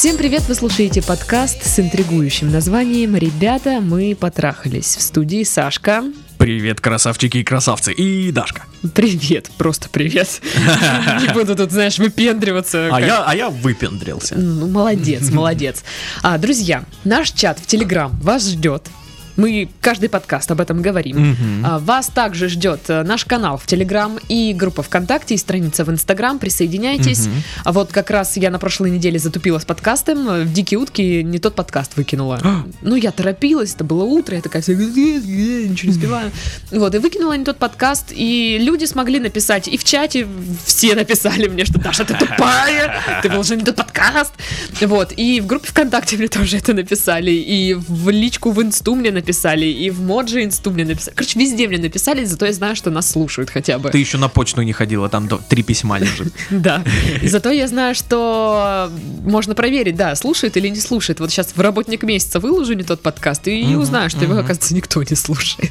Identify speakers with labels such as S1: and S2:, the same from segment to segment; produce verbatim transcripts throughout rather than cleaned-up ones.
S1: Всем привет, вы слушаете подкаст с интригующим названием «Ребята, мы потрахались». В студии Сашка.
S2: Привет, красавчики и красавцы, и Дашка.
S1: Привет, просто привет. Не буду тут, знаешь, выпендриваться.
S2: А я, а я выпендрился.
S1: Ну, молодец, молодец. А, друзья, наш чат в Телеграм вас ждет. Мы каждый подкаст об этом говорим.
S2: Mm-hmm.
S1: А, вас также ждет наш канал в Телеграм и группа ВКонтакте, и страница в Инстаграм. Присоединяйтесь. Mm-hmm. А вот как раз я на прошлой неделе затупила с подкастом. В «Дикие утки» не тот подкаст выкинула. Ну, я торопилась, это было утро, я такая, ничего не успеваю. Вот, и выкинула не тот подкаст, и люди смогли написать, и в чате все написали мне, что Даша, ты тупая, ты выложила не тот подкаст. Вот, и в группе ВКонтакте мне тоже это написали, и в личку в Инсту мне написали. Написали, и в Моджи Инсту мне написали. Короче, везде мне написали, зато я знаю, что нас слушают хотя бы.
S2: Ты еще на почту не ходила, там три письма лежит.
S1: Да. Зато я знаю, что можно проверить, да, слушает или не слушает. Вот сейчас в работник месяца выложу не тот подкаст, и узнаю, что его, оказывается, никто не слушает.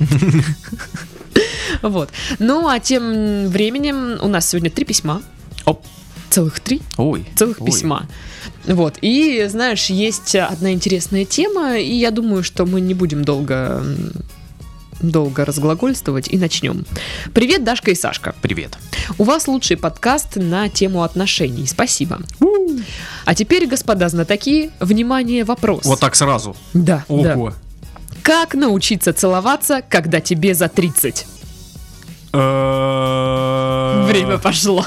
S1: Вот. Ну, а тем временем у нас сегодня три письма.
S2: Оп.
S1: Целых три?
S2: Ой.
S1: Целых
S2: ой.
S1: письма. Вот, и, знаешь, есть одна интересная тема, и я думаю, что мы не будем долго, долго разглагольствовать, и начнем. Привет, Дашка и Сашка.
S2: Привет.
S1: У вас лучший подкаст на тему отношений, спасибо. У-у-у. А теперь, господа знатоки, внимание, вопрос.
S2: Вот так сразу?
S1: Да,
S2: Ого.
S1: да. Как научиться целоваться, когда тебе за тридцать? Время пошло.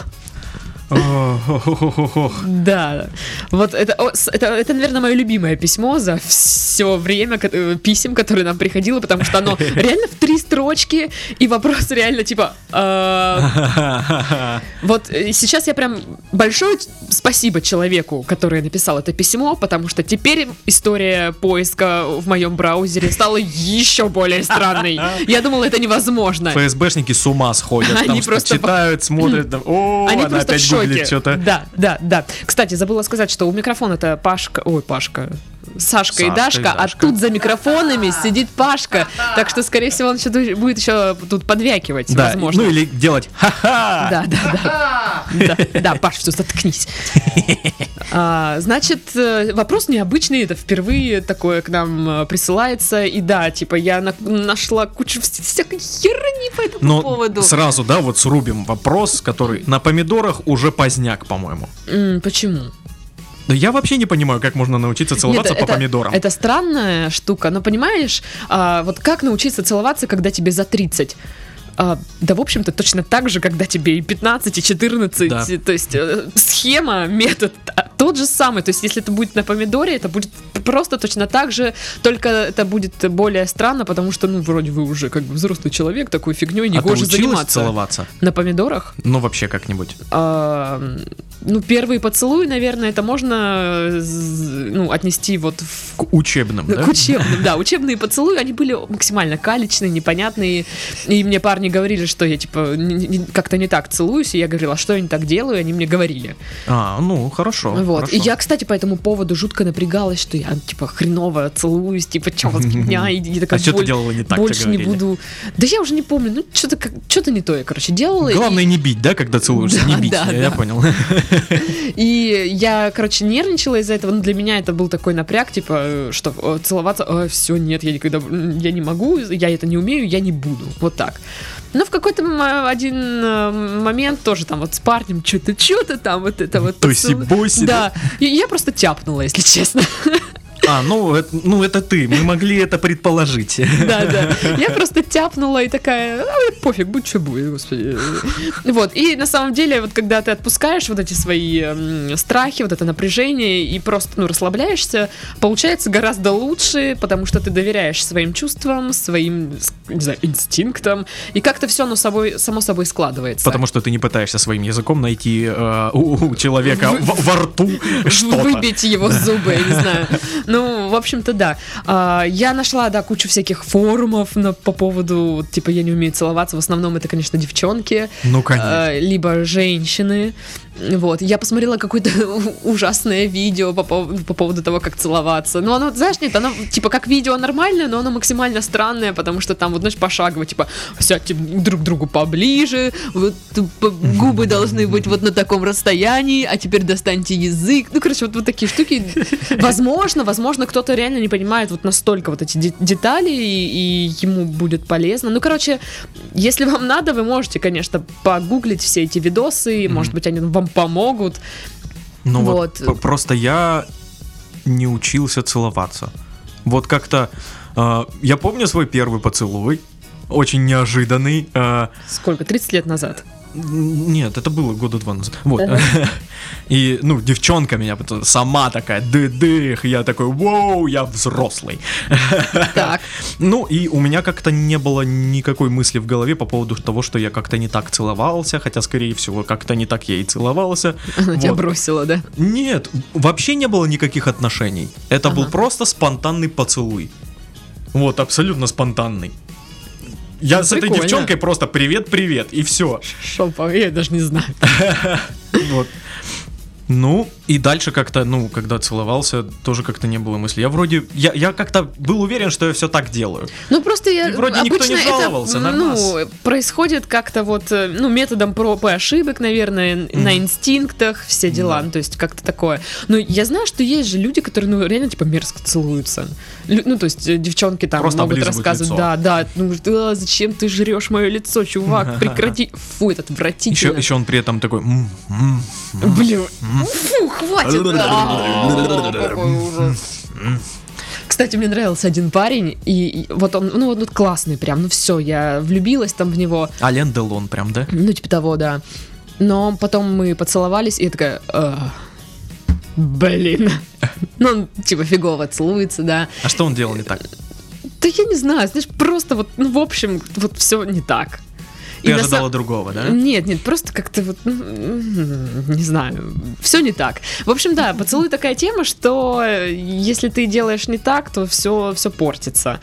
S1: Да, вот это, это, это, наверное, мое любимое письмо за все время писем, которые нам приходило, потому что оно реально в три строчки, и вопрос реально типа... Э, вот сейчас я прям большое спасибо человеку, который написал это письмо, потому что теперь история поиска в моем браузере стала еще более странной. Я думала, это невозможно.
S2: ФСБшники с ума сходят,
S1: Они
S2: потому что
S1: просто...
S2: читают, смотрят, о,
S1: Они
S2: она опять гуглит что-то.
S1: Да, да, да. Кстати, забыла сказать, что у микрофона-то Пашка, ой, Пашка, Сашка, Сашка и, Дашка, и Дашка, а тут за микрофонами сидит Пашка, так что, скорее всего, он еще будет еще тут подвякивать,
S2: да,
S1: возможно.
S2: Ну или делать ха-ха.
S1: Да, да, да. Да, да, Паш, все, заткнись. А, значит, вопрос необычный, это впервые такое к нам присылается, и да, типа я на- нашла кучу всякой херни по этому
S2: Но
S1: поводу.
S2: Сразу, да, вот срубим вопрос, который на помидорах уже поздняк, по-моему.
S1: М, почему?
S2: Да я вообще не понимаю, как можно научиться целоваться
S1: Нет,
S2: по
S1: это,
S2: помидорам.
S1: Это странная штука, но понимаешь, а, вот как научиться целоваться, когда тебе за тридцать? А, да, в общем-то, точно так же, когда тебе и пятнадцать, и четырнадцать. Да. То есть э, схема, метод тот же самый. То есть если это будет на помидоре, это будет просто точно так же, только это будет более странно, потому что, ну, вроде вы уже как бы взрослый человек, такой фигней не гоже заниматься.
S2: Целоваться?
S1: На помидорах?
S2: Ну, вообще как-нибудь.
S1: А, ну, первый поцелуй, наверное, это можно, ну, отнести вот в...
S2: К учебным, да?
S1: К учебным, да. Учебные поцелуи, они были максимально калечные, непонятные. И мне парни говорили, что я, типа, не, не, как-то не так целуюсь. И я говорила, а что я не так делаю? И они мне говорили.
S2: А, ну, хорошо.
S1: Вот.
S2: Хорошо.
S1: И я, кстати, по этому поводу жутко напрягалась, что я, типа, хреново целуюсь, типа, чё вас фигня? И, и такая,
S2: а что ты делала не так,
S1: больше не буду. Да я уже не помню. Ну, что-то, как, что-то не то я, короче, делала.
S2: Главное
S1: и...
S2: не бить, да, когда целуешься?
S1: Да,
S2: не бить,
S1: да,
S2: я,
S1: да.
S2: я понял.
S1: И я, короче, нервничала из-за этого. Но для меня это был такой напряг, типа, что целоваться, а, все, нет, я никогда, я не могу, я это не умею, я не буду. Вот так. Но в какой-то один момент тоже там вот с парнем что-то, что-то там вот это вот.
S2: Тоси-боси.
S1: Да, и я просто тяпнула, если честно.
S2: А, ну это, ну это ты, мы могли это предположить.
S1: Да, да. Я просто тяпнула и такая, а, пофиг, будь что будет, господи. Вот, и на самом деле, вот когда ты отпускаешь вот эти свои м, страхи, вот это напряжение и просто, ну, расслабляешься, получается гораздо лучше, потому что ты доверяешь своим чувствам, своим, не знаю, инстинктам, и как-то все оно собой, само собой складывается.
S2: Потому что ты не пытаешься своим языком найти э, у, у человека Вы... в, во рту что-то.
S1: Выбить его зубы, я не знаю. Ну, в общем-то, да. А, я нашла, да, кучу всяких форумов на, по поводу, типа, я не умею целоваться. В основном это, конечно, девчонки.
S2: Ну, конечно.
S1: А, либо женщины. Вот, я посмотрела какое-то ужасное видео по поводу, по поводу того, как целоваться. Ну, оно, знаешь, нет, оно, типа, как видео нормальное, но оно максимально странное, потому что там, вот, знаешь, пошагово, типа, сядьте друг к другу поближе, вот, губы должны быть вот на таком расстоянии, а теперь достаньте язык. Ну, короче, вот, вот такие штуки. Возможно, возможно, кто-то реально не понимает вот настолько вот эти детали, и, и ему будет полезно. Ну, короче, если вам надо, вы можете, конечно, погуглить все эти видосы, mm-hmm. может быть, они вам помогут.
S2: Ну
S1: вот.
S2: вот, просто я не учился целоваться. Вот как-то, э, я помню свой первый поцелуй, очень неожиданный. Э,
S1: Сколько? тридцать лет назад?
S2: Нет, это было года два назад. Вот. Uh-huh. И, ну, девчонка меня сама такая, ды-дых, я такой, воу, я взрослый.
S1: Так.
S2: Ну, и у меня как-то не было никакой мысли в голове по поводу того, что я как-то не так целовался, хотя, скорее всего, как-то не так я и целовался.
S1: Она
S2: вот.
S1: Тебя бросила, да?
S2: Нет, вообще не было никаких отношений. Это ага. был просто спонтанный поцелуй. Вот, абсолютно спонтанный. Я ну, с прикольно. Этой девчонкой просто привет-привет, и все.
S1: Шо, я даже не знаю.
S2: Вот. Ну, и дальше как-то, ну, когда целовался, тоже как-то не было мысли. Я вроде, я, я как-то был уверен, что я все так делаю.
S1: Ну, просто я...
S2: И вроде никто не жаловался,
S1: это,
S2: на
S1: ну,
S2: нас.
S1: происходит как-то вот, ну, методом проб и ошибок, наверное, mm. на инстинктах, все дела, mm. ну, то есть как-то такое. Но я знаю, что есть же люди, которые, ну, реально, типа, мерзко целуются. Лю- ну, то есть девчонки там
S2: просто
S1: могут рассказывать,
S2: лицо.
S1: да, да, ну, а, зачем ты жрешь мое лицо, чувак, прекрати. Фу, это отвратительно.
S2: Еще, еще он при этом такой...
S1: Блин, фу, хватит. Кстати, мне нравился один парень, и, и вот он, ну, вот классный прям, ну все, я влюбилась там в него.
S2: Ален Делон прям, да?
S1: Ну, типа того, да. Но потом мы поцеловались, и я такая... Блин. Ну, он типа фигово целуется, да.
S2: А что он делал не так?
S1: Да я не знаю, знаешь, просто вот, ну, в общем, вот все не так.
S2: Ты и ожидала сам... другого, да?
S1: Нет, нет, просто как-то вот, ну, не знаю, все не так. В общем, да, поцелуй такая тема, что если ты делаешь не так, то все, все портится.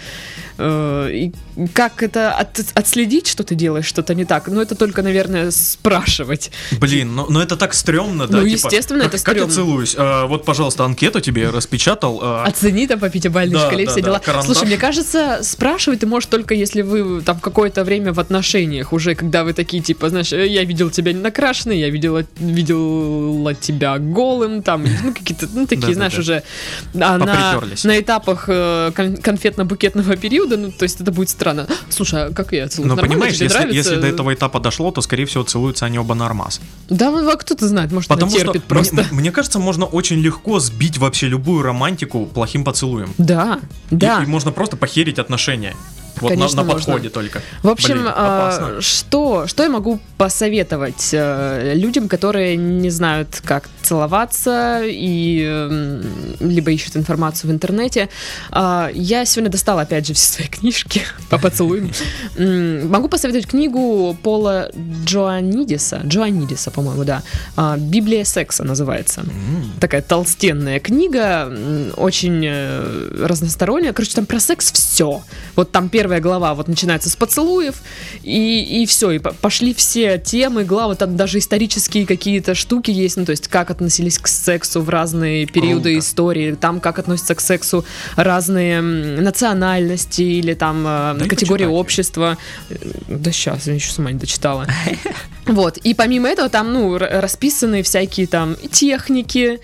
S1: И как это от, отследить, что ты делаешь что-то не так? Ну, это только, наверное, спрашивать.
S2: Блин, ну, ну это так стрёмно, да?
S1: Ну,
S2: типа,
S1: естественно,
S2: как,
S1: это стрёмно.
S2: Как я целуюсь? А, вот, пожалуйста, анкету тебе распечатал. А...
S1: Оцени там по пятибалльной
S2: да,
S1: шкале
S2: да,
S1: все
S2: да,
S1: дела.
S2: карандаш.
S1: Слушай, мне кажется, спрашивать ты можешь только если вы там какое-то время в отношениях уже, когда вы такие, типа, знаешь, я видел тебя не накрашенной, я видела, видела тебя голым, там, ну, какие-то, ну, такие, да, знаешь, да, да. уже а, на, на этапах э, конфетно-букетного периода, ну, то есть это будет странно. Слушай, а как я целую?
S2: Но
S1: нормально,
S2: понимаешь, если,
S1: нравится?
S2: если до этого этапа дошло, то, скорее всего, целуются они оба нормас.
S1: Да, ну, а кто-то знает, может,
S2: Потому
S1: она терпит
S2: что
S1: просто.
S2: Мне, мне кажется, можно очень легко сбить вообще любую романтику плохим поцелуем.
S1: Да,
S2: и,
S1: да.
S2: И можно просто похерить отношения. Вот
S1: Конечно,
S2: на, на
S1: можно.
S2: подходе только.
S1: В общем,
S2: Блин,
S1: э, что, что я могу посоветовать э, людям, которые не знают, как целоваться и э, либо ищут информацию в интернете? Э, я сегодня достала, опять же, все свои книжки по поцелуям. Могу посоветовать книгу Пола Джоанидиса, Джоанидиса, по-моему, да. «Библия секса» называется. Такая толстенная книга, очень разносторонняя. Короче, там про секс все. Вот там первая глава вот начинается с поцелуев, и, и все, и пошли все темы, главы, там даже исторические какие-то штуки есть, ну, то есть как относились к сексу в разные периоды Круто. Истории, там как относятся к сексу разные национальности или там да категории общества. Да сейчас, я еще сама не дочитала. Вот, и помимо этого там, ну, расписаны всякие там техники,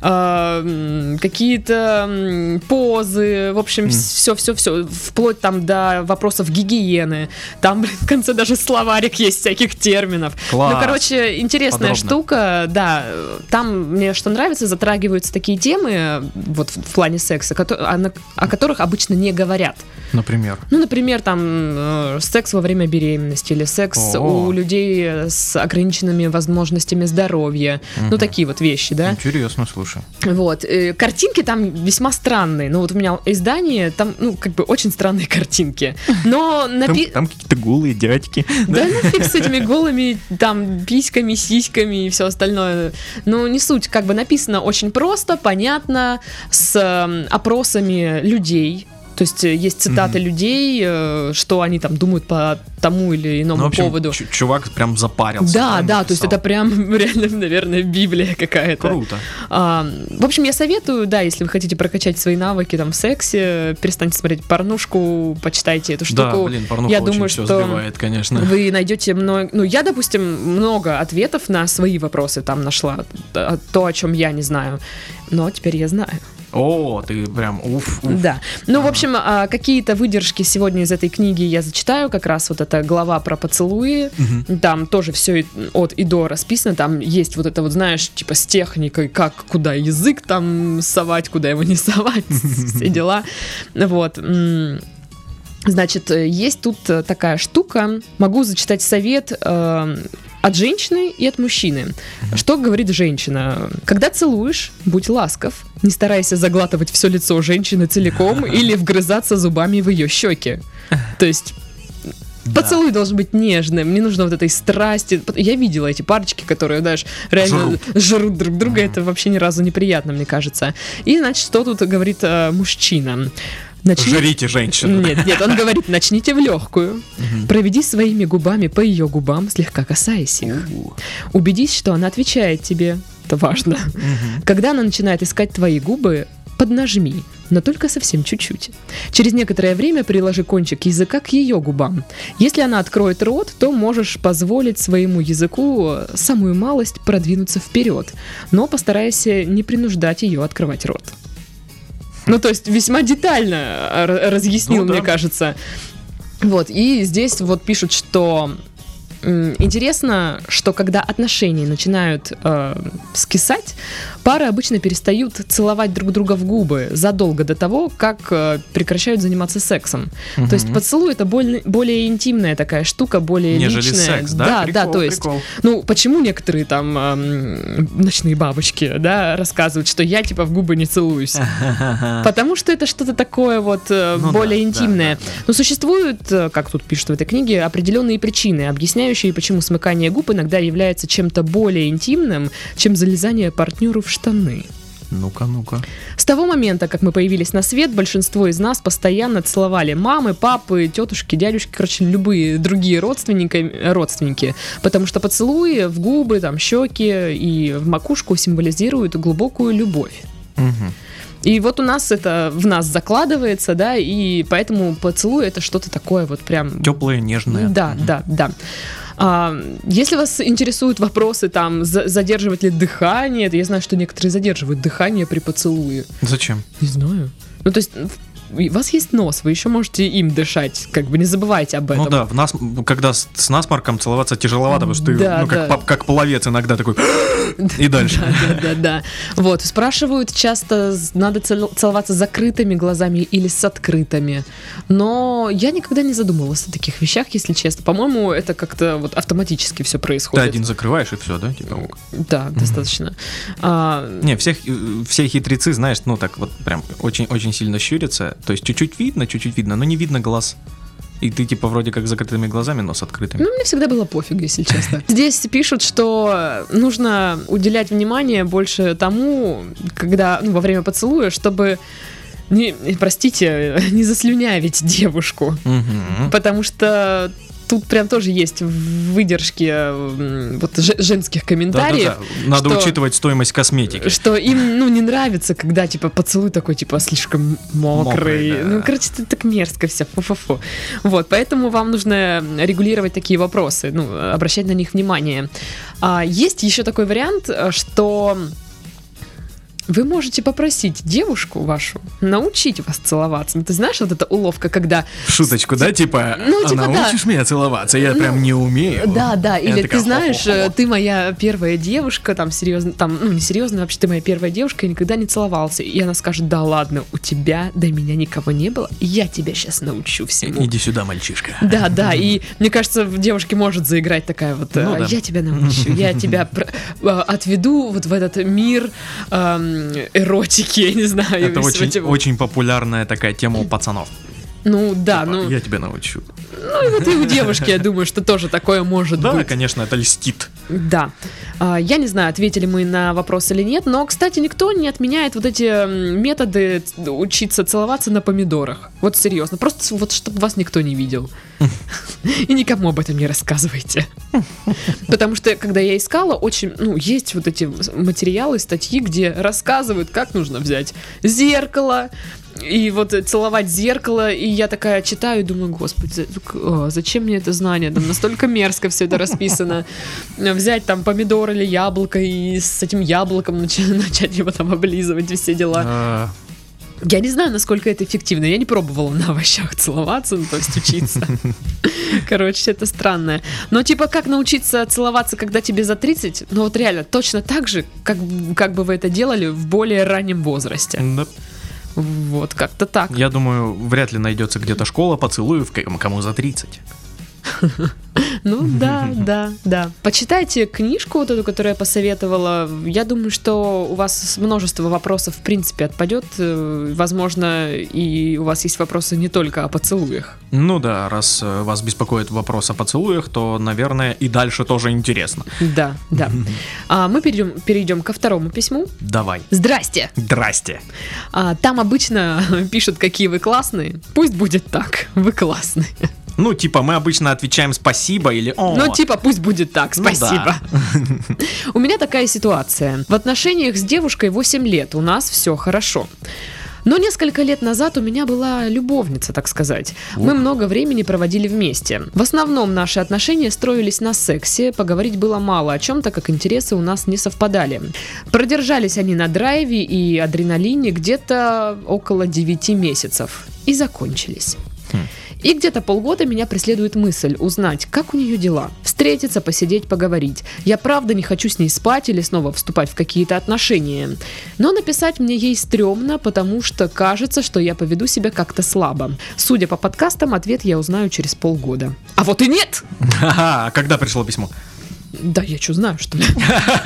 S1: э, какие-то позы, в общем, все-все-все, вплоть там до вопросов гигиены, там, блин, в конце даже словарик есть всяких терминов.
S2: Класс.
S1: Ну, короче, интересная Подробно. Штука, да, там мне что нравится, затрагиваются такие темы, вот в, в плане секса, о, о которых обычно не говорят.
S2: Например?
S1: Ну, например, там, э, секс во время беременности или секс О-о. У людей с ограниченными возможностями здоровья. Угу. Ну, такие вот вещи, да?
S2: Интересно, слушай.
S1: Вот. Э, картинки там весьма странные. Ну, вот у меня издание, там, ну, как бы очень странные картинки. Но напи...
S2: Там, там какие-то голые дядьки.
S1: Да, нафиг с этими голыми, там, письками, сиськами и все остальное. Ну, не суть. Как бы написано очень просто, понятно, с э, опросами людей, То есть есть цитаты mm-hmm. людей, что они там думают по тому или иному ну, в общем, поводу.
S2: Ч- чувак прям запарился.
S1: Да, да, то есть это прям реально, наверное, Библия какая-то.
S2: Круто.
S1: А, в общем, я советую, да, если вы хотите прокачать свои навыки там в сексе, перестаньте смотреть порнушку, почитайте эту штуку.
S2: Да, блин, порнуха
S1: я
S2: очень
S1: думаю,
S2: все
S1: что
S2: сбивает, конечно.
S1: Вы найдете много... Ну, я, допустим, много ответов на свои вопросы там нашла. То, о чем я не знаю. Но теперь я знаю.
S2: О, ты прям уф, уф.
S1: Да. Ну, ага. в общем, какие-то выдержки сегодня из этой книги я зачитаю. Как раз вот эта глава про поцелуи. Угу. Там тоже все от и до расписано. Там есть вот это вот, знаешь, типа с техникой, как, куда язык там совать, куда его не совать. Все дела. Вот. Значит, есть тут такая штука. Могу зачитать совет э, от женщины и от мужчины. Что говорит женщина? Когда целуешь, будь ласков. Не старайся заглатывать все лицо женщины целиком или вгрызаться зубами в ее щеки. То есть... Да. Поцелуй должен быть нежным, не нужно вот этой страсти. Я видела эти парочки, которые, знаешь, реально жрут, жрут друг друга. Mm-hmm. Это вообще ни разу неприятно, мне кажется. И, значит, что тут говорит э, мужчина? Начни...
S2: Жрите женщину.
S1: Нет, нет, он говорит, начните в легкую. Uh-huh. Проведи своими губами по ее губам, слегка касаясь их. Uh-huh. Убедись, что она отвечает тебе. Это важно. Uh-huh. Когда она начинает искать твои губы, поднажми, но только совсем чуть-чуть. Через некоторое время приложи кончик языка к ее губам. Если она откроет рот, то можешь позволить своему языку самую малость продвинуться вперед, но постарайся не принуждать ее открывать рот. Ну, то есть весьма детально разъяснил, ну, да. мне кажется. Вот, и здесь вот пишут, что м, интересно, что когда отношения начинают э, скисать, пары обычно перестают целовать друг друга в губы задолго до того, как э, прекращают заниматься сексом. Угу. То есть поцелуй — это более, более интимная такая штука, более
S2: нежели
S1: личная.
S2: секс, да?
S1: Да,
S2: прикол,
S1: да, то есть,
S2: прикол.
S1: Ну, почему некоторые там э, ночные бабочки, да, рассказывают, что я типа в губы не целуюсь? Потому что это что-то такое вот э, ну, более да, интимное. Да, да, да. Но существуют, как тут пишут в этой книге, определенные причины, объясняющие, почему смыкание губ иногда является чем-то более интимным, чем залезание партнеру в штаны.
S2: Ну-ка, ну-ка.
S1: С того момента, как мы появились на свет, большинство из нас постоянно целовали мамы, папы, тетушки, дядюшки, короче, любые другие родственники, родственники, потому что поцелуи в губы, там, щеки и в макушку символизируют глубокую любовь.
S2: Угу.
S1: И вот у нас это в нас закладывается, да, и поэтому поцелуй — это что-то такое вот прям...
S2: Теплое, нежное.
S1: Да, угу. да, да. А, если вас интересуют вопросы, там, за- задерживать ли дыхание, я знаю, что некоторые задерживают дыхание при поцелуе.
S2: Зачем?
S1: Не знаю. Ну, то есть... У вас есть нос, вы еще можете им дышать, как бы не забывайте об этом.
S2: Ну да, в нас, когда с, с насморком целоваться тяжеловато, потому что ты, да, ну, как, да. как пловец иногда такой и дальше.
S1: Да, да, да, да. Вот, спрашивают часто, надо целоваться с закрытыми глазами или с открытыми. Но я никогда не задумывалась о таких вещах, если честно. По-моему, это как-то вот автоматически все происходит.
S2: Ты один закрываешь и все, да? Типа?
S1: Да, угу. достаточно. А...
S2: Не, всех, все хитрецы, знаешь, ну так вот прям очень-очень сильно щурятся. То есть чуть-чуть видно, чуть-чуть видно, но не видно глаз. И ты типа вроде как с закрытыми глазами, но с открытыми.
S1: Ну, мне всегда было пофиг, если честно. Здесь пишут, что нужно уделять внимание больше тому, когда, ну, во время поцелуя, чтобы... Не, простите, не заслюнявить девушку. Угу. Потому что тут прям тоже есть выдержки вот, ж- женских комментариев.
S2: Да-да-да. Надо что, учитывать стоимость косметики.
S1: Что им, ну, не нравится, когда, типа, поцелуй такой, типа, слишком мокрый. мокрый да. Ну, короче, это так мерзко все. Фу-фу-фу. Вот, поэтому вам нужно регулировать такие вопросы, ну, обращать на них внимание. А, есть еще такой вариант, что... Вы можете попросить девушку вашу научить вас целоваться. Ну, ты знаешь, вот эта уловка, когда...
S2: Шуточку, да? Типа, ну, типа а научишь да. меня целоваться? Я ну, прям не умею.
S1: Да, да. Или
S2: такая,
S1: ты знаешь, хо-хо-хо. Ты моя первая девушка, там, серьезно, там, ну, не серьезно, вообще ты моя первая девушка, я никогда не целовался. И она скажет, да ладно, у тебя до меня никого не было, я тебя сейчас научу всему.
S2: Иди сюда, мальчишка.
S1: Да, да, и мне кажется, в девушке может заиграть такая вот, ну, да. я тебя научу, я тебя отведу вот в этот мир эротики, я не знаю.
S2: Это очень, очень популярная такая тема у пацанов.
S1: Ну, да,
S2: типа,
S1: ну...
S2: Я тебя научу.
S1: Ну, и вот и у девушки, я думаю, что тоже такое может
S2: да,
S1: быть.
S2: Да, конечно, это льстит.
S1: Да. Я не знаю, ответили мы на вопрос или нет, но, кстати, никто не отменяет вот эти методы учиться целоваться на помидорах. Вот серьезно, просто вот чтобы вас никто не видел. И никому об этом не рассказывайте. Потому что, когда я искала, очень, ну, есть вот эти материалы, статьи, где рассказывают, как нужно взять зеркало, и вот целовать зеркало, и я такая читаю и думаю, господи, зачем мне это знание? Там настолько мерзко все это расписано. Взять там помидор или яблоко, и с этим яблоком начать, начать его там облизывать, все дела. Я не знаю, насколько это эффективно. Я не пробовала на овощах целоваться, ну, то есть учиться. Короче, это странное. Но типа, как научиться целоваться, когда тебе за тридцать? Ну вот реально, точно так же, как, как бы вы это делали в более раннем возрасте. Да. Вот, как-то так.
S2: Я думаю, вряд ли найдется где-то школа поцелуев, кому за тридцать.
S1: Ну да, да, да. Почитайте книжку вот эту, которую я посоветовала. Я думаю, что у вас множество вопросов в принципе отпадет. Возможно, и у вас есть вопросы не только о поцелуях.
S2: Ну да, раз вас беспокоит вопрос о поцелуях, то, наверное, и дальше тоже интересно.
S1: Да, да. А мы перейдем, перейдем ко второму письму.
S2: Давай.
S1: Здрасте.
S2: Здрасте.
S1: А, там обычно пишут, какие вы классные. Пусть будет так, вы классные.
S2: Ну, типа, мы обычно отвечаем спасибо или о.
S1: Ну, типа, пусть будет так, спасибо. Ну, да. У меня такая ситуация. В отношениях с девушкой восемь лет, у нас все хорошо. Но несколько лет назад у меня была любовница, так сказать. Мы много времени проводили вместе. В основном наши отношения строились на сексе, поговорить было мало о чем, так как интересы у нас не совпадали. Продержались они на драйве и адреналине где-то около девяти месяцев. И закончились. Хм. И где-то полгода меня преследует мысль узнать, как у нее дела. Встретиться, посидеть, поговорить. Я правда не хочу с ней спать или снова вступать в какие-то отношения. Но написать мне ей стрёмно, потому что кажется, что я поведу себя как-то слабо. Судя по подкастам, ответ я узнаю через полгода. А вот и нет!
S2: А когда пришло письмо?
S1: Да я что знаю, что ли?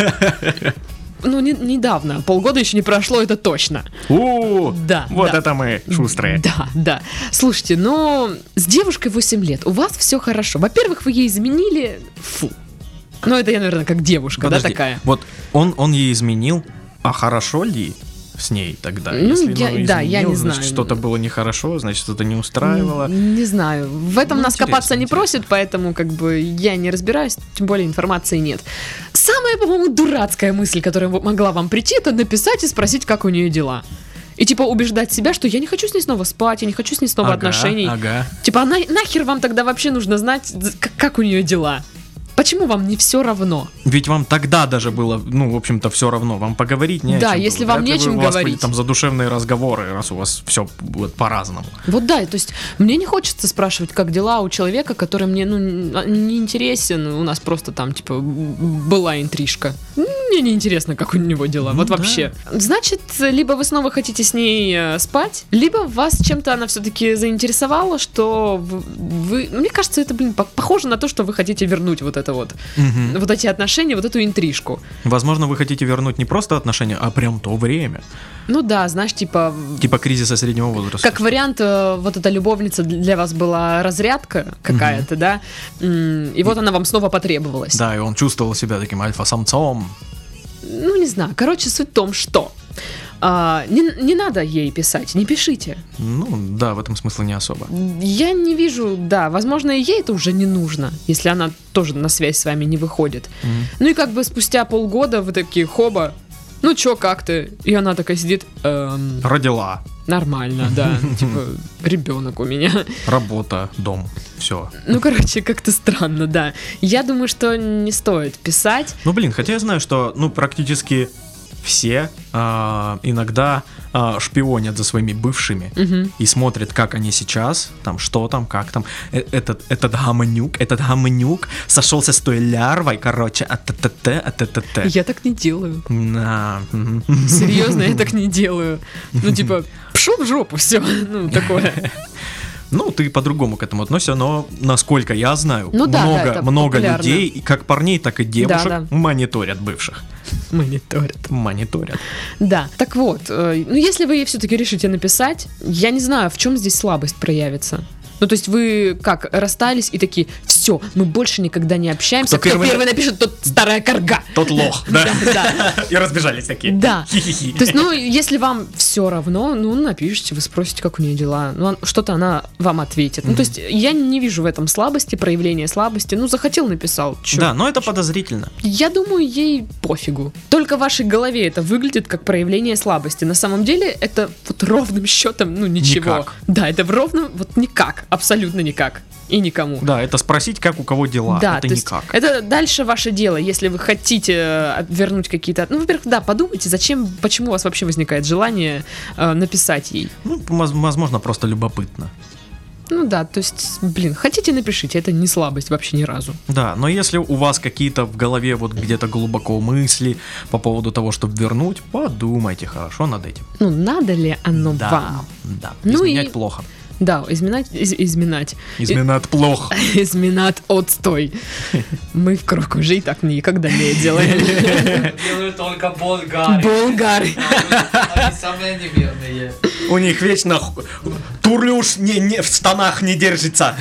S1: Ну, не, недавно, полгода еще не прошло, это точно.
S2: У,
S1: да,
S2: вот
S1: да.
S2: это мы шустрые.
S1: Да, да. Слушайте, ну, с девушкой восемь лет, у вас все хорошо. Во-первых, вы ей изменили, фу. Ну, это я, наверное, как девушка, Подожди, да, такая.
S2: Вот он, он ей изменил, а хорошо ли с ней тогда?
S1: Ну,
S2: Если,
S1: я,
S2: ну,
S1: да, я не
S2: значит,
S1: знаю.
S2: Что-то было нехорошо, значит, что-то не устраивало.
S1: Не, не знаю. В этом ну, нас копаться не просят, поэтому как бы я не разбираюсь, тем более информации нет. Самая, по-моему, дурацкая мысль, которая могла вам прийти, это написать и спросить, как у нее дела. И типа убеждать себя, что я не хочу с ней снова спать, я не хочу с ней снова
S2: ага,
S1: отношений.
S2: Ага.
S1: Типа, а на, нахер вам тогда вообще нужно знать, как, как у нее дела? Почему вам не все равно?
S2: Ведь вам тогда даже было, ну, в общем-то, все равно. Вам поговорить не о
S1: да,
S2: чем.
S1: если
S2: было.
S1: вам
S2: Вряд
S1: нечем
S2: у вас
S1: говорить.
S2: Были там задушевные разговоры, раз у вас все вот по-разному.
S1: Вот да, то есть мне не хочется спрашивать, как дела у человека, который мне, ну, не интересен. У нас просто там, типа, была интрижка. Мне не интересно, как у него дела. Ну, вот да. Вообще. Значит, либо вы снова хотите с ней спать, либо вас чем-то она все-таки заинтересовала, что вы... Мне кажется, это, блин, похоже на то, что вы хотите вернуть вот это вот. Угу. Вот эти отношения, вот эту интрижку.
S2: Возможно, вы хотите вернуть не просто отношения, а прям то время.
S1: Ну да, знаешь, типа...
S2: Типа кризиса среднего возраста.
S1: Как вариант, вот эта любовница для вас была разрядка какая-то, угу. Да? И вот она вам снова потребовалась.
S2: Да, и он чувствовал себя таким альфа-самцом.
S1: Ну, не знаю. Короче, суть в том, что... А, не, не надо ей писать, не пишите.
S2: Ну, да, в этом смысла не особо.
S1: Я не вижу, да, возможно, и ей это уже не нужно, если она тоже на связь с вами не выходит. Mm-hmm. Ну и как бы спустя полгода вы такие, хоба, ну чё, как ты? И она такая сидит... Эм,
S2: Родила.
S1: Нормально, да, типа, ребенок у меня.
S2: Работа, дом, все.
S1: Ну, короче, как-то странно, да. Я думаю, что не стоит писать.
S2: Ну, блин, хотя я знаю, что, ну, практически... Все э, иногда э, шпионят за своими бывшими угу. и смотрят, как они сейчас, там, что там, как там. Э- этот, этот гомонюк, этот гомонюк сошелся с той лярвой, короче, а-та-та-та, а-та-та-та.
S1: Я так не делаю.
S2: На.
S1: Серьезно, я так не делаю. Ну, типа, пшел в жопу, все, ну, такое.
S2: Ну, ты по-другому к этому относишься, но, насколько я знаю,
S1: ну, да,
S2: много,
S1: да,
S2: много
S1: популярно.
S2: людей, как парней, так и девушек,
S1: да, да.
S2: мониторят бывших.
S1: Мониторят.
S2: Мониторят.
S1: Да, так вот, э, ну если вы ей все-таки решите написать, я не знаю, в чем здесь слабость проявится. Ну, то есть вы как, расстались и такие, все, мы больше никогда не общаемся.
S2: Кто
S1: Кто,
S2: первый
S1: первый напишет, тот старая корга.
S2: Тот лох, да?
S1: Да,
S2: И разбежались такие.
S1: да.
S2: Хи-хи-хи.
S1: То есть, ну, если вам все равно, ну, напишите, вы спросите, как у нее дела. Ну, что-то она вам ответит. Ну, то есть, я не вижу в этом слабости, проявления слабости. Ну, захотел, написал. Чё?
S2: Да, но это подозрительно.
S1: Я думаю, ей пофигу. Только в вашей голове это выглядит как проявление слабости. На самом деле, это вот ровным счетом, ну, ничего.
S2: Никак.
S1: Да, это в ровном, вот никак. Абсолютно никак. И никому.
S2: Да, это спросить, как у кого дела.
S1: Да,
S2: это
S1: то есть
S2: никак.
S1: это дальше ваше дело, если вы хотите э, вернуть какие-то... Ну, во-первых, да, подумайте, зачем, почему у вас вообще возникает желание э, написать ей.
S2: Ну, воз- возможно, просто любопытно.
S1: Ну да, то есть, блин, хотите, напишите, это не слабость вообще ни разу.
S2: Да, но если у вас какие-то в голове вот где-то глубоко мысли по поводу того, чтобы вернуть, подумайте хорошо над этим.
S1: Ну, надо ли оно
S2: Да,
S1: вам?
S2: да.
S1: Ну
S2: Изменять
S1: и-
S2: плохо.
S1: Да, изменять, из- изменять.
S2: Изменать плохо.
S1: Изменать отстой. Мы в круг уже и так никогда не делаем.
S3: Делают только болгары.
S1: Болгары.
S3: Они самые неверные.
S2: У них вечно х- турлюш не, не, в штанах не держится.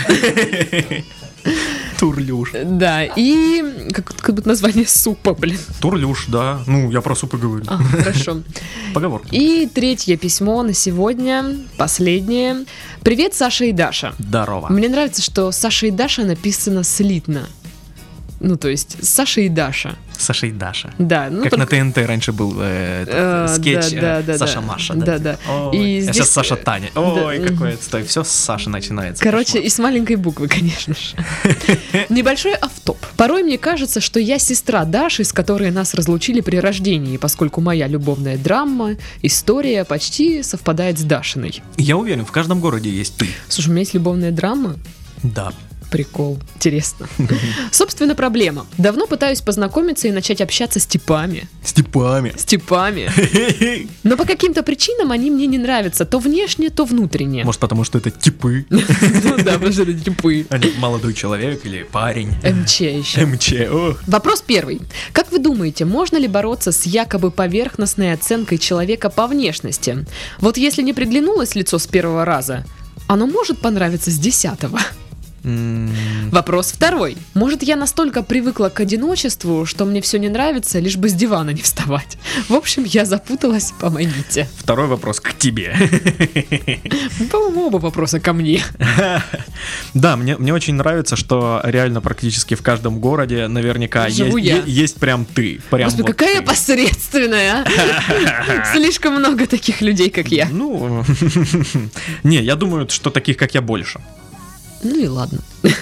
S2: Турлюш.
S1: Да, и как, как будто название супа, блин.
S2: Турлюш, да. Ну, я про супы говорю.
S1: А, хорошо.
S2: Поговорка.
S1: И третье письмо на сегодня, последнее. Привет, Саша и Даша.
S2: Здорово.
S1: Мне нравится, что Саша и Даша написано слитно. Ну, то есть Саша и Даша.
S2: Саша и Даша.
S1: Да, ну
S2: Как
S1: только-
S2: на ТНТ раньше был э, этот,
S1: Э,
S2: э, скетч
S1: да, да,
S2: э,
S1: да,
S2: Саша
S1: да.
S2: Маша.
S1: Да, да.
S2: Ой,
S1: И
S2: а
S1: здесь,
S2: сейчас Саша
S1: э,
S2: Таня.
S1: да,
S2: Ой,
S1: мгм.
S2: какой отстой. Все с Саши начинается.
S1: Короче,
S2: Кошмар.
S1: и с маленькой буквы, конечно же. Небольшой автоп. Порой мне кажется, что я сестра Даши, с которой нас разлучили при рождении, поскольку моя любовная драма, история почти совпадает с Дашиной.
S2: Я уверен, в каждом городе есть ты.
S1: Слушай, у меня есть любовная драма.
S2: Да.
S1: Прикол. Интересно. Собственно, проблема. Давно пытаюсь познакомиться и начать общаться с типами.
S2: С типами.
S1: С типами. Но по каким-то причинам они мне не нравятся. То внешне, то внутренне.
S2: Может, потому что это типы.
S1: Ну да, потому что это типы.
S2: Они молодой человек или парень.
S1: МЧ еще.
S2: МЧ. О.
S1: Вопрос первый. Как вы думаете, можно ли бороться с якобы поверхностной оценкой человека по внешности? Вот если не приглянулось лицо с первого раза, оно может понравиться с десятого?
S2: М,
S1: Вопрос второй. Может, я настолько привыкла к одиночеству, что мне все не нравится, лишь бы с дивана не вставать? В общем, я запуталась, помогите.
S2: Второй вопрос к тебе.
S1: По-моему, оба вопроса ко мне.
S2: Да, мне, мне очень нравится, что реально практически в каждом городе наверняка
S1: Живу
S2: есть,
S1: я.
S2: е- есть прям ты. Прям
S1: Господи,
S2: вот
S1: какая
S2: ты.
S1: посредственная, а? Слишком много таких людей, как я.
S2: Ну, не, я думаю, что таких, как я, больше.
S1: Ну и ладно.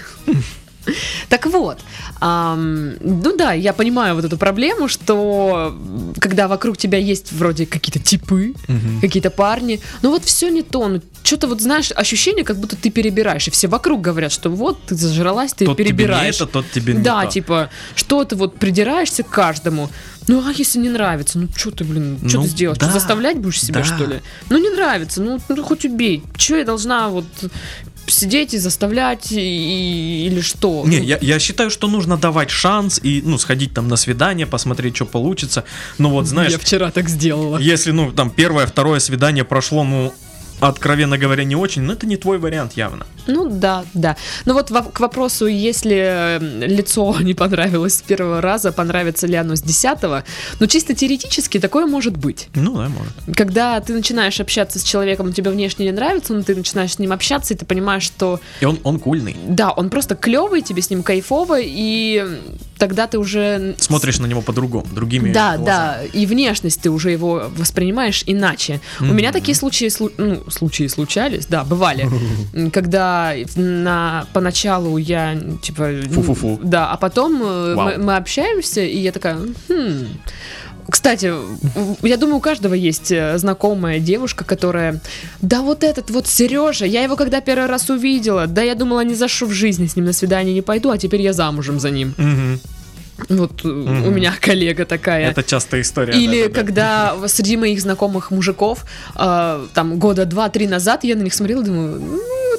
S1: Так вот, ам, ну да, я понимаю вот эту проблему, что когда вокруг тебя есть вроде какие-то типы,
S2: Мгм.
S1: какие-то парни, но вот все не то, ну что-то вот знаешь, ощущение, как будто ты перебираешь, и все вокруг говорят, что вот ты зажралась, ты
S2: Тот тебе не
S1: перебираешь.
S2: это, тот тебе не
S1: Да,
S2: то.
S1: типа, что ты вот придираешься к каждому. Ну, а если не нравится, ну что ты, блин, что
S2: Ну,
S1: ты сделаешь?
S2: да,
S1: Ты заставлять будешь себя,
S2: да.
S1: что ли? Ну, не нравится, ну, ну хоть убей. Че я должна вот сидеть и заставлять, и- или что?
S2: Не,
S1: Ну,
S2: я, я считаю, что нужно давать шанс и, ну, сходить там на свидание, посмотреть, что получится. Ну вот, знаешь,
S1: Я вчера так сделала.
S2: если, ну, там, первое, второе свидание прошло, ну, откровенно говоря, не очень, но это не твой вариант явно.
S1: Ну да, да. Но вот во- к вопросу, если э, лицо не понравилось с первого раза, понравится ли оно с десятого, ну чисто теоретически такое может быть.
S2: Ну, да, может.
S1: Когда ты начинаешь общаться с человеком, он тебе внешне не нравится, но ты начинаешь с ним общаться, и ты понимаешь, что
S2: И он, он кульный.
S1: да, он просто клевый, тебе с ним кайфово, и тогда ты уже...
S2: Смотришь на него по-другому, другими
S1: Да,
S2: глазами.
S1: да, и внешность ты уже его воспринимаешь иначе. У
S2: Мгм.
S1: меня такие случаи, слу- ну, случаи случались, да, бывали, когда на, поначалу я, типа...
S2: Фу-фу-фу.
S1: Да, а потом э,
S2: Вау.
S1: мы, мы общаемся, и я такая, хм... Кстати, в- я думаю, у каждого есть э, знакомая девушка, которая, да вот этот вот Сережа, я его когда первый раз увидела, да я думала ни за что в жизни с ним на свидание не пойду, а теперь я замужем за ним.
S2: Мгм.
S1: Вот э, у меня коллега такая.
S2: Это частая история.
S1: Или
S2: да, да, да.
S1: когда среди моих знакомых мужиков, э, там года два-три назад я на них смотрела, думаю, ну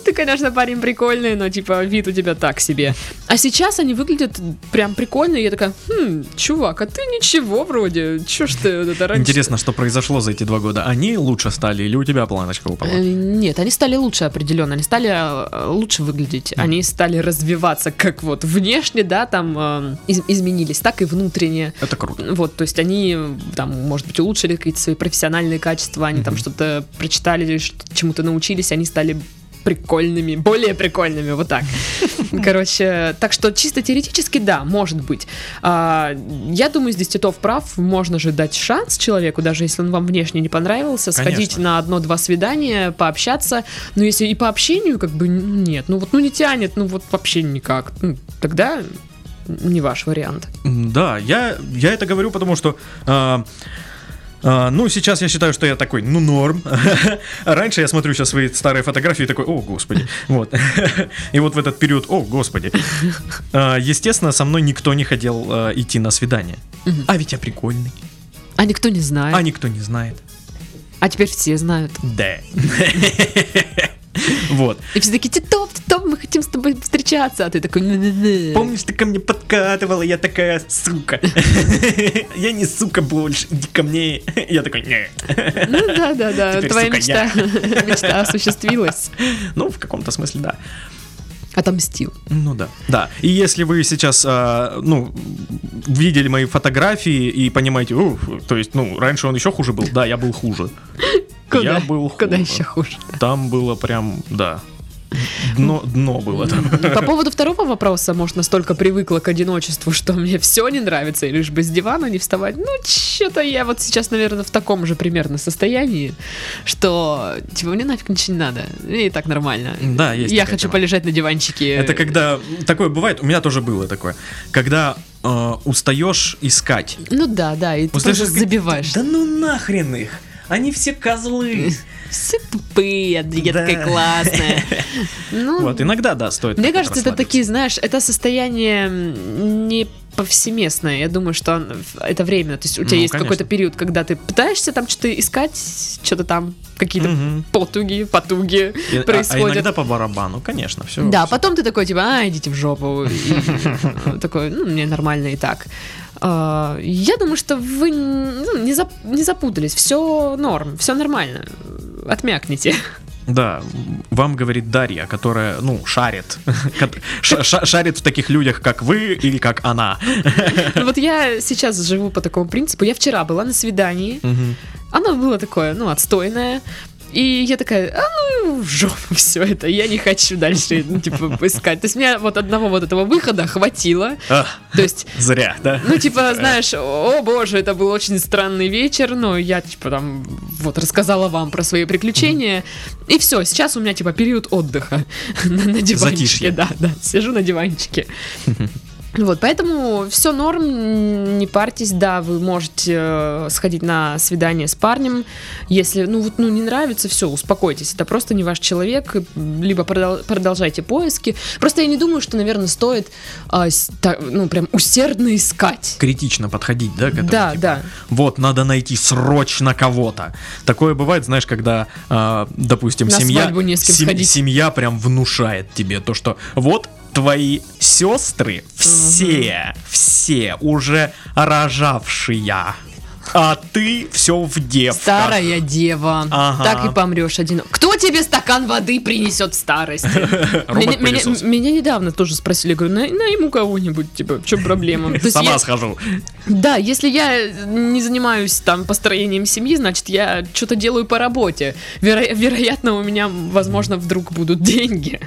S1: ты, конечно, парень прикольный, но, типа, вид у тебя так себе. А сейчас они выглядят прям прикольно, и я такая, хм, чувак, а ты ничего вроде, чё ж ты вот это раньше...
S2: Интересно, что произошло за эти два года? Они лучше стали или у тебя планочка упала?
S1: Э, Нет, они стали лучше определенно, они стали э, лучше выглядеть,
S2: Mm.
S1: они стали развиваться как вот внешне, да, там э, из- изменились, так и внутренне.
S2: Это круто.
S1: Вот, то есть они там, может быть, улучшили какие-то свои профессиональные качества, они там
S2: Мгм.
S1: что-то прочитали, что- чему-то научились, они стали прикольными, более прикольными, вот так. Короче, так что чисто теоретически, да, может быть. А, я думаю, здесь Титов прав, можно же дать шанс человеку, даже если он вам внешне не понравился, сходить
S2: Конечно.
S1: на одно-два свидания, пообщаться, но если и по общению, как бы, ну, нет, ну вот, ну не тянет, ну вот вообще никак, ну, тогда не ваш вариант.
S2: М, Да, я, я это говорю, потому что... а, а, ну, сейчас я считаю, что я такой, ну, норм. Раньше я смотрю сейчас свои старые фотографии и такой, о, господи. Вот. И вот в этот период, о, господи. А, Естественно, со мной никто не хотел а, идти на свидание.
S1: Мгм.
S2: А ведь я прикольный.
S1: А никто не знает,
S2: А никто не знает.
S1: а теперь все знают.
S2: Да. Вот.
S1: И все такие, Титов, Титов, мы хотим с тобой встречаться, а ты такой, «Не-не-не».
S2: Помнишь, ты ко мне подкатывала, я такая, сука. Я не сука больше, иди ко мне. Я такой, не.
S1: Ну да, да, да.
S2: Теперь,
S1: Твоя
S2: сука,
S1: мечта, мечта осуществилась.
S2: Ну, в каком-то смысле, да.
S1: Отомстил.
S2: Ну да. Да. И если вы сейчас, а, ну, видели мои фотографии и понимаете, ух, то есть, ну, раньше он еще хуже был, да, я был хуже.
S1: Куда?
S2: Я был хуже.
S1: Куда еще хуже?
S2: Там было прям, да. Дно, дно было там.
S1: По поводу второго вопроса, может, настолько привыкла к одиночеству, что мне все не нравится, и лишь бы с дивана не вставать. Ну, что-то я вот сейчас, наверное, в таком же примерно состоянии, что, типа, мне нафиг ничего не надо. Мне и так нормально.
S2: Да, есть
S1: Я
S2: такая
S1: хочу
S2: тема.
S1: полежать на диванчике.
S2: Это когда, такое бывает, у меня тоже было такое, когда э, устаешь искать.
S1: Ну да, да, и ты
S2: Устаешь
S1: просто
S2: искать,
S1: забиваешь.
S2: Да ну нахрен их, они все козлы.
S1: Все тупые, я
S2: Да.
S1: такая классная. Ну,
S2: Вот, иногда, да, стоит.
S1: мне
S2: как-то
S1: кажется, это
S2: расслабиться.
S1: такие, знаешь, это состояние м, не повсеместное. Я думаю, что он- это временно. То есть у тебя
S2: Ну,
S1: есть
S2: конечно.
S1: какой-то период, когда ты пытаешься там что-то искать, что-то там, какие-то
S2: Мгм.
S1: потуги, потуги
S2: И- а- А
S1: происходят.
S2: иногда по барабану, конечно, все.
S1: Да, потом ты такой, типа, а, идите в жопу. И такой, ну, мне нормально и так. А, Я думаю, что вы ну, не зап- не запутались. Все норм, все нормально. Отмякните.
S2: Да, вам говорит Дарья, которая, ну, шарит. Кот- ша- ша- Шарит в таких людях, как вы или как она.
S1: Ну, вот я сейчас живу по такому принципу. Я вчера была на свидании.
S2: Мгм.
S1: Оно было такое, ну, отстойное. И я такая, а ну, в жопу все это, я не хочу дальше, ну, типа, искать. То есть мне вот одного вот этого выхода хватило.
S2: А,
S1: То есть,
S2: Зря, да?
S1: ну, типа, знаешь, о боже, это был очень странный вечер, но я, типа, там, вот, рассказала вам про свои приключения. И все, сейчас у меня, типа, период отдыха на, на диванчике.
S2: Затишье.
S1: Да, да, сижу на диванчике. Вот, поэтому все норм, не парьтесь, да, вы можете э, сходить на свидание с парнем, если, ну, вот, ну, не нравится, все, успокойтесь, это просто не ваш человек, либо продол- продолжайте поиски. Просто я не думаю, что, наверное, стоит, а, с- та- ну, прям усердно искать.
S2: Критично подходить, да, к этому?
S1: Да,
S2: типа,
S1: да.
S2: Вот, надо найти срочно кого-то. Такое бывает, знаешь, когда, а, допустим,
S1: На
S2: семья,
S1: свадьбу не с кем
S2: сем-
S1: сходить.
S2: семья прям внушает тебе то, что вот твои сестры все, все уже рожавшие, а ты все в девках.
S1: Старая дева,
S2: Ага.
S1: так и помрешь один. Кто тебе стакан воды принесет в старости? Меня, меня-
S2: Робот-пылесос.
S1: меня недавно тоже спросили, говорю, на, найму кого-нибудь, типа, в чем проблема? То есть
S2: Сама
S1: я-
S2: схожу.
S1: Да, если я не занимаюсь там построением семьи, значит, я что-то делаю по работе. Веро- вероятно, у меня, возможно, вдруг будут деньги.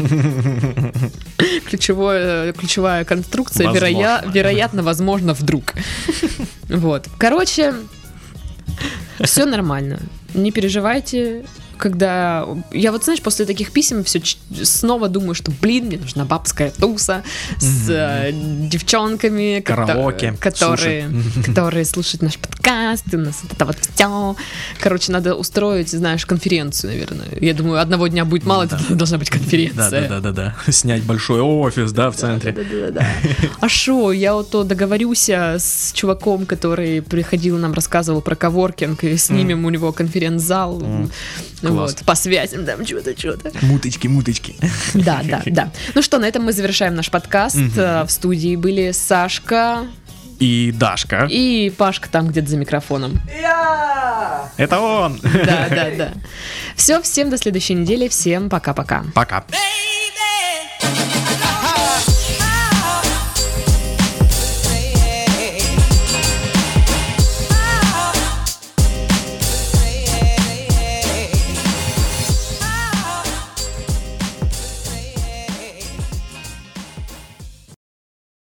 S1: Ключевое, ключевая конструкция, вероя-
S2: Возможно.
S1: вероятно, возможно, вдруг. Вот. Короче, все нормально. Не переживайте. Когда я вот, знаешь, после таких писем все снова думаю, что, блин, мне нужна бабская туса с э, девчонками, кото-
S2: Караоке,
S1: которые, которые слушают наш подкаст, и у нас вот это вот все. Короче, надо устроить, знаешь, конференцию, наверное. Я думаю, одного дня будет мало,
S2: Да.
S1: это должна быть конференция.
S2: Да, да, да, да, да. Снять большой офис, да, в центре.
S1: Да-да-да-да. А шо, я вот то договорюсь с чуваком, который приходил, нам рассказывал про коворкинг, и снимем у него конференц-зал.
S2: М. Класс.
S1: Вот, по связям там что-то, что-то.
S2: Муточки, муточки.
S1: Да, да, да. Ну что, на этом мы завершаем наш подкаст. Э, В студии были Сашка
S2: И Дашка.
S1: и Пашка там где-то за микрофоном.
S2: Это он.
S1: Да, да, да. Все, всем до следующей недели. Всем пока-пока.
S2: Пока.
S4: Baby.